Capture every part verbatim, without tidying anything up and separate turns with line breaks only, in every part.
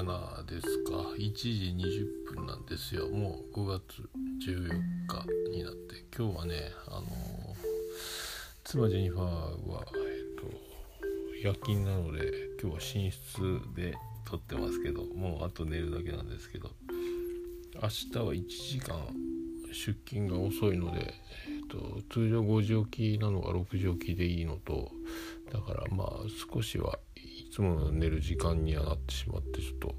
なですか。いちじにじゅっぷんなんですよ。もうごがつじゅうよっかになって、今日はね、あのー、妻ジェニファーは、えっと、夜勤なので今日は寝室で撮ってますけど、もうあと寝るだけなんですけど、明日はいちじかん出勤が遅いので、えっと、通常ごじ起きなのがろくじ起きでいいのと、だからまあ少しはいつもの寝る時間にはなってしまって、ちょっと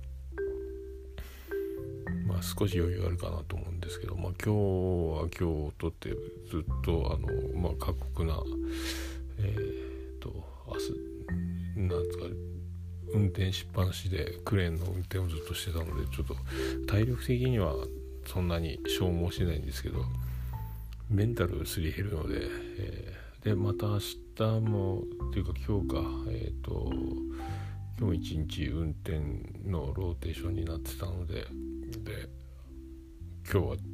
まあ少し余裕あるかなと思うんですけど、まあ今日は今日とってずっとあのまあ過酷なえー、っと明日なんですか運転しっぱなしでクレーンの運転をずっとしてたので、ちょっと体力的にはそんなに消耗しないんですけど、メンタルすり減るので、えー、でまた明日もというか今日かえー、っと今日一日運転のローテーションになってたので、で今日は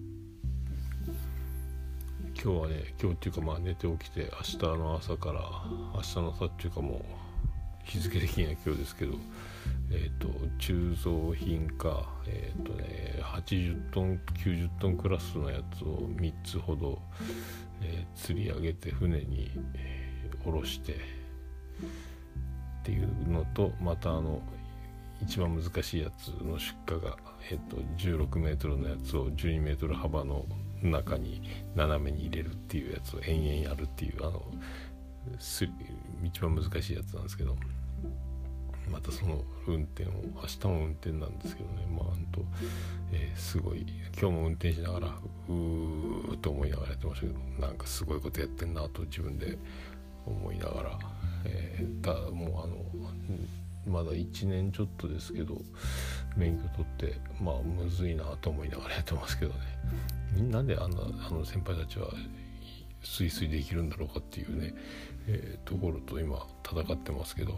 今日はね今日っていうかまあ寝て起きて明日の朝から明日の朝っていうかもう日付的には今日ですけど、えーと鋳造品かえっ、ー、とねはちじゅっトンきゅうじゅっトンクラスのやつをみっつほど、えー、釣り上げて船に、えー、下ろしてっていうのと、またあの一番難しいやつの出荷が、えー、とじゅうろくメートルのやつをじゅうにメートル幅の中に斜めに入れるっていうやつを延々やるっていう、あの一番難しいやつなんですけど、またその運転を明日も運転なんですけどね、まあほんと、えー、すごい今日も運転しながらうーっと思いながらやってましたけど、なんかすごいことやってんなと自分で思いながら、えー、だもうあのまだいちねんちょっとですけど免許取って、まあむずいなと思いながらやってますけどね。なんであんなあの先輩たちはスイスイできるんだろうかっていうね、えー、ところと今戦ってますけど、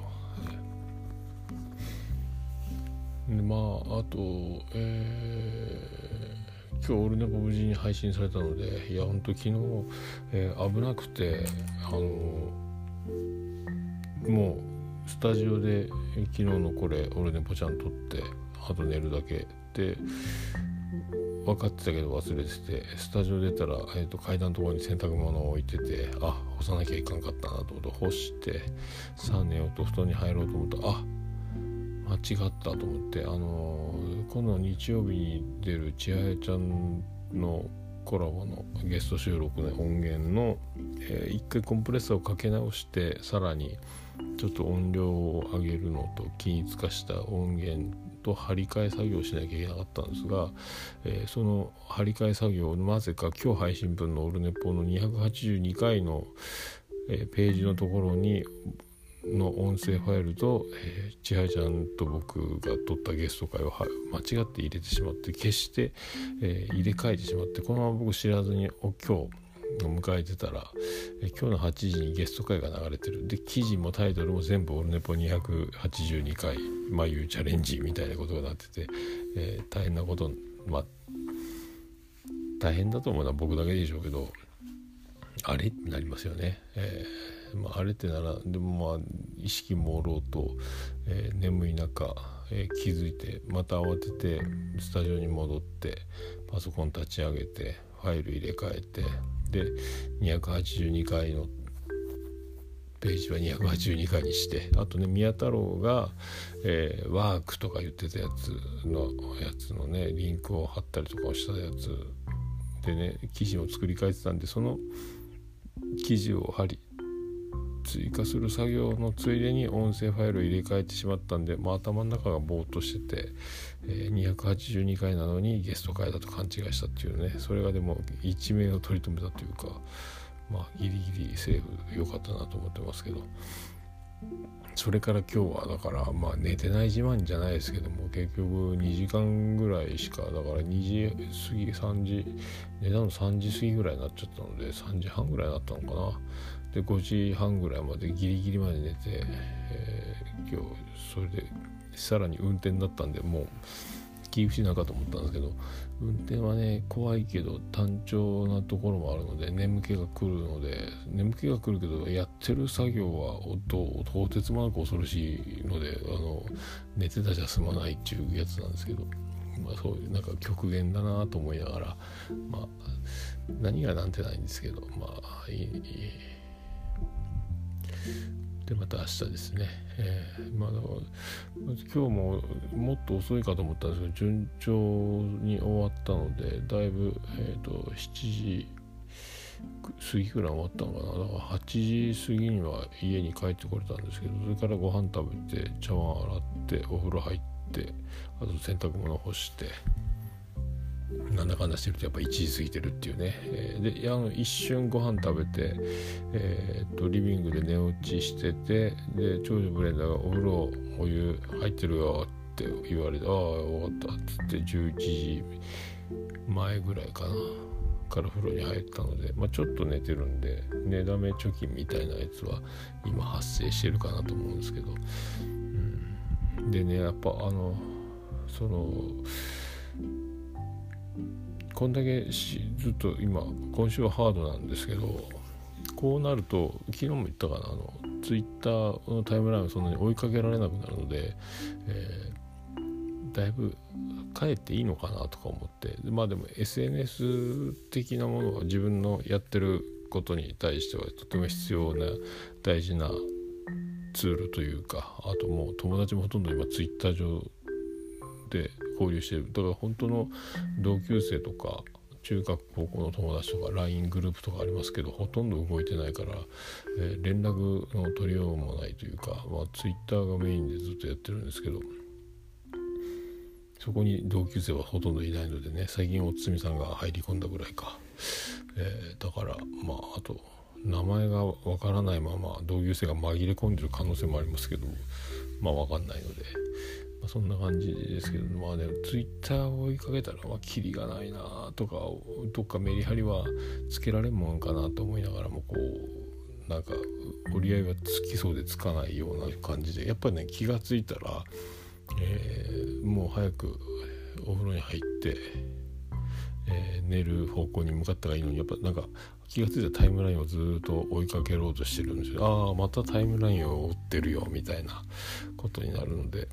えー、でまああと、えー、今日オルネポ無事に配信されたので、いや本当昨日、えー、危なくてあのもうスタジオで昨日のこれオルネポちゃん撮ってあと寝るだけで分かってたけど忘れてて、スタジオ出たら、えー、と階段のところに洗濯物を置いてて、あ干さなきゃいかんかったなと思って干して、さあ寝ようと布団に入ろうと思ったら、あ間違ったと思って、あのー、今度日曜日に出るちはやちゃんのコラボのゲスト収録の音源の、えー、一回コンプレッサーをかけ直して、さらにちょっと音量を上げるのと均一化した音源と張り替え作業をしなきゃいけなかったんですが、えー、その張り替え作業をなぜか今日配信分のオルネポのにひゃくはちじゅうにかいの、えー、ページのところにの音声ファイルと、えー、千葉ちゃんと僕が撮ったゲスト会を間違って入れてしまって消して、えー、入れ替えてしまって、このまま僕知らずにお今日迎えてたら、え今日のはちじにゲスト会が流れてる。で記事もタイトルも全部オルネポにひゃくはちじゅうにかい眉チャレンジみたいなことがなってて、えー、大変なこと、まあ大変だと思うのは僕だけでしょうけど、あれってなりますよね。えーまあ、あれってならでもまあ意識朦朧と、えー、眠い中、えー、気づいてまた慌ててスタジオに戻ってパソコン立ち上げてファイル入れ替えて、でにひゃくはちじゅうにかいのページはにひゃくはちじゅうにかいにして、あとね宮太郎が、えー、ワークとか言ってたやつのやつのねリンクを貼ったりとかをしたやつでね記事を作り変えてたんで、その記事を貼り追加する作業のついでに音声ファイルを入れ替えてしまったんで、まあ、頭の中がぼーっとしてて、えー、にひゃくはちじゅうにかいなのにゲスト会だと勘違いしたっていうね、それがでも一命を取り留めたというか、まあギリギリセーフ良かったなと思ってますけど、それから今日はだからまあ寝てない自慢じゃないですけども、結局にじかんぐらいしか、だからにじ過ぎさんじ寝たのさんじ過ぎぐらいになっちゃったのでさんじはんぐらいだったのかな。でごじはんぐらいまでギリギリまで寝て、えー、今日それでさらに運転だったんで、もう気失うかと思ったんですけど、運転はね怖いけど単調なところもあるので眠気が来るので眠気が来るけどやってる作業はととてつもなく恐ろしいので、あの寝てたじゃ済まないっていうやつなんですけど、まあ、そういうなんか極限だなと思いながら、まあ何がなんてないんですけど、まあいい、いいでまた明日ですね、えーまあ、今日ももっと遅いかと思ったんですけど順調に終わったのでだいぶ、えー、としちじ過ぎくらい終わったのかな。だからはちじ過ぎには家に帰ってこれたんですけど、それからご飯食べて茶碗洗ってお風呂入ってあと洗濯物干してなんだかんだしてるとやっぱいちじ過ぎてるっていうね、えー、であの一瞬ご飯食べて、えー、っとリビングで寝落ちしてて、で長女ブレンダーがお風呂お湯入ってるよって言われて、ああ終わったっつってじゅういちじまえぐらいかなから風呂に入ったので、まあ、ちょっと寝てるんで寝だめ貯金みたいなやつは今発生してるかなと思うんですけど、うん、でねやっぱあのそのこんだけずっと今今週はハードなんですけど、こうなると昨日も言ったかな、あのツイッターのタイムラインをそんなに追いかけられなくなるので、えー、だいぶ帰っていいのかなとか思って、まあでも エスエヌエス 的なものは自分のやってることに対してはとても必要な大事なツールというか、あともう友達もほとんど今ツイッター上で交流してる。だから本当の同級生とか中学高校の友達とか ライン グループとかありますけどほとんど動いてないから、えー、連絡の取りようもないというか、まあ、ツイッターがメインでずっとやってるんですけど、そこに同級生はほとんどいないのでね、最近おつみさんが入り込んだぐらいか、えー、だからまああと名前がわからないまま同級生が紛れ込んでる可能性もありますけど、まあわかんないので、まあ、そんな感じですけど、まあねツイッターを追いかけたらまあキリがないなとか、どっかメリハリはつけられんもんかなと思いながらも、こうなんか折り合いがつきそうでつかないような感じで、やっぱりね気がついたら、えー、もう早くお風呂に入って、えー、寝る方向に向かったらいいのに、やっぱなんか気がついたタイムラインをずっと追いかけろうとしてるんですよ。ああまたタイムラインを追ってるよみたいなことになるので、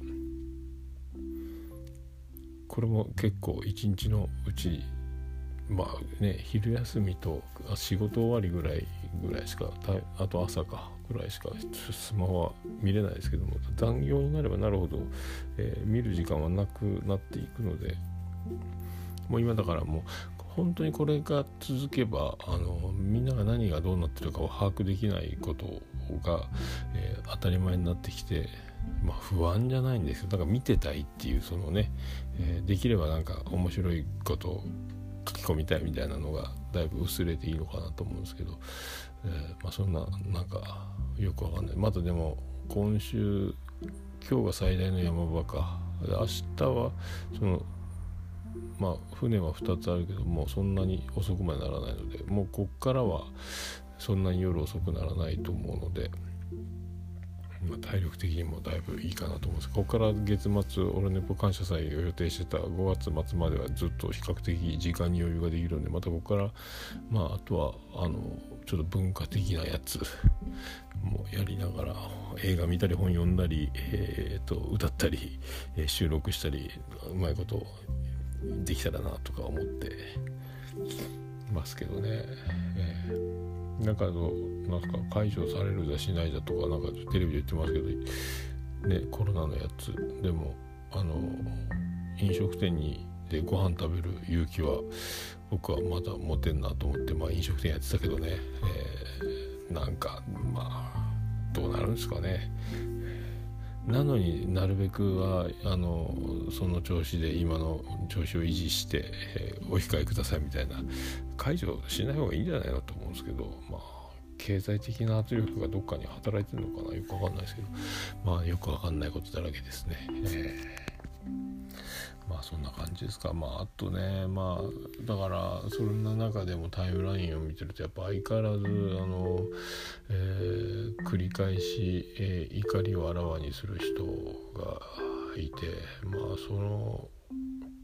これも結構一日のうちまあね昼休みと仕事終わりぐらいぐらいしか、あと朝かぐらいしかスマホは見れないですけども、残業になればなるほど、えー、見る時間はなくなっていくので、もう今だからもう本当にこれが続けばあのみんなが何がどうなってるかを把握できないことが、えー、当たり前になってきて、まあ不安じゃないんですよ。だから見てたいっていうそのね、えー、できればなんか面白いことを書き込みたいみたいなのがだいぶ薄れていいのかなと思うんですけど、えー、まあそんななんかよくわかんない。またでも今週今日が最大の山場か、明日はそのまあ船はふたつあるけどもそんなに遅くまでならないので、もうこっからはそんなに夜遅くならないと思うので、まあ、体力的にもだいぶいいかなと思うんです。ここから月末オルネポ感謝祭を予定してたごがつ末まではずっと比較的時間に余裕ができるので、またここからまああとはあのちょっと文化的なやつもやりながら映画見たり本読んだり、えー、と歌ったり、えー、収録したりうまいことできたらなとか思ってますけどね、えー、なんかあのなんか解除されるだしないだとかなんかテレビで言ってますけどね、コロナのやつでもあの飲食店にでご飯食べる勇気は僕はまだ持てんなと思って、まあ飲食店やってたけどね、えー、なんかまあどうなるんですかね。なのになるべくはあのその調子で今の調子を維持して、えー、お控えくださいみたいな解除しない方がいいんじゃないのと思うんですけど、まあ経済的な圧力がどっかに働いてるのかな、よくわかんないですけど、まあよくわかんないことだらけですね、えー、まあそんな感じですか。まああとね、まあだからそんな中でもタイムラインを見てるとやっぱ相変わらずあの、えー、繰り返し、えー、怒りをあらわにする人がいて、まあその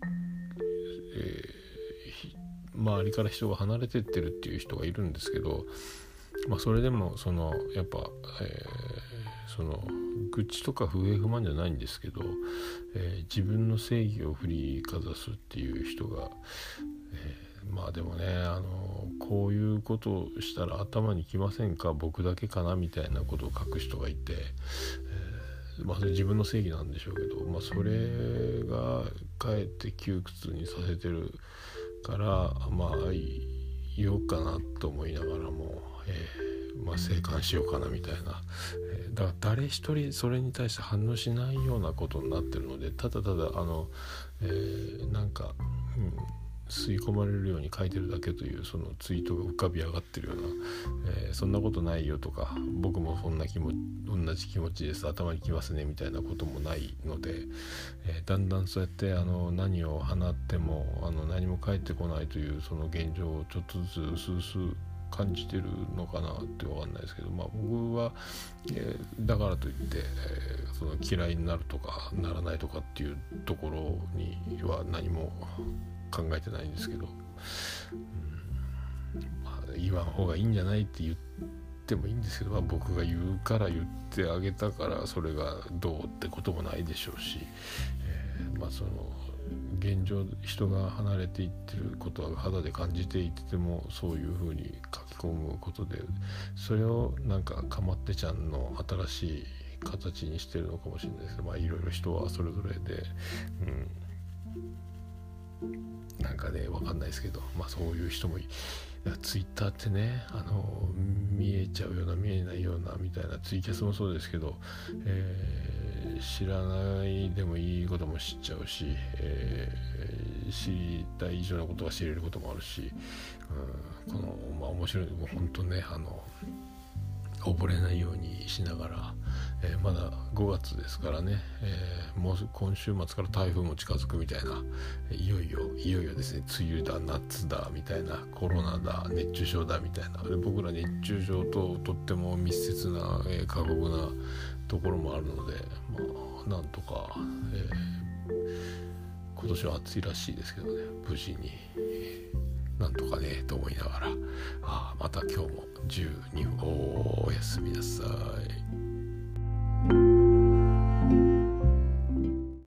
えー、周りから人が離れてってるっていう人がいるんですけど、まあ、それでもそのやっぱ、えー、その愚痴とか不平不満じゃないんですけど、えー、自分の正義を振りかざすっていう人が、えー、まあでもね、あのこういうことをしたら頭にきませんか、僕だけかなみたいなことを書く人がいて、えーまあ、それ自分の正義なんでしょうけど、まあ、それがかえって窮屈にさせてるから、まあ言おうかなと思いながらも、えーまあ、静観しようかなみたいな、えー、だから誰一人それに対して反応しないようなことになってるので、ただただあの、えー、なんか、うん、吸い込まれるように書いてるだけというそのツイートが浮かび上がってるような、えー、そんなことないよとか、僕もそんな気も同じ気持ちです、頭にきますねみたいなこともないので、えー、だんだんそうやってあの何を放ってもあの何も返ってこないというその現状をちょっとずつうすうす感じてるのかなって分かんないですけど、まあ僕は、えー、だからといって、えー、その嫌いになるとかならないとかっていうところには何も考えてないんですけど、うんまあ、言わん方がいいんじゃないって言ってもいいんですけど、まあ、僕が言うから言ってあげたからそれがどうってこともないでしょうし、えー、まあその現状人が離れていってることは肌で感じていてもそういうふうに書き込むことでそれをなんかかまってちゃんの新しい形にしてるのかもしれないですけど、まあいろいろ人はそれぞれで、うん、なんかねわかんないですけど、まあそういう人もいツイッターってね、あの見えちゃうような見えないようなみたいな、ツイキャスもそうですけど、えー、知らないでもいいことも知っちゃうし、えー、知りたい以上のことが知れることもあるし、うん、このまあ面白い、もう本当ね、あの溺れないようにしながら、えー、まだごがつですからね、えー、もう今週末から台風も近づくみたいな、いよいよいよいよですね、梅雨だ夏だみたいな、コロナだ熱中症だみたいな、で僕ら熱中症ととっても密接な、えー、過酷なところもあるので、まあなんとか、えー、今年は暑いらしいですけどね、無事に、えー、なんとかねと思いながら、あまた今日もじゅうにふんおやすみなさい。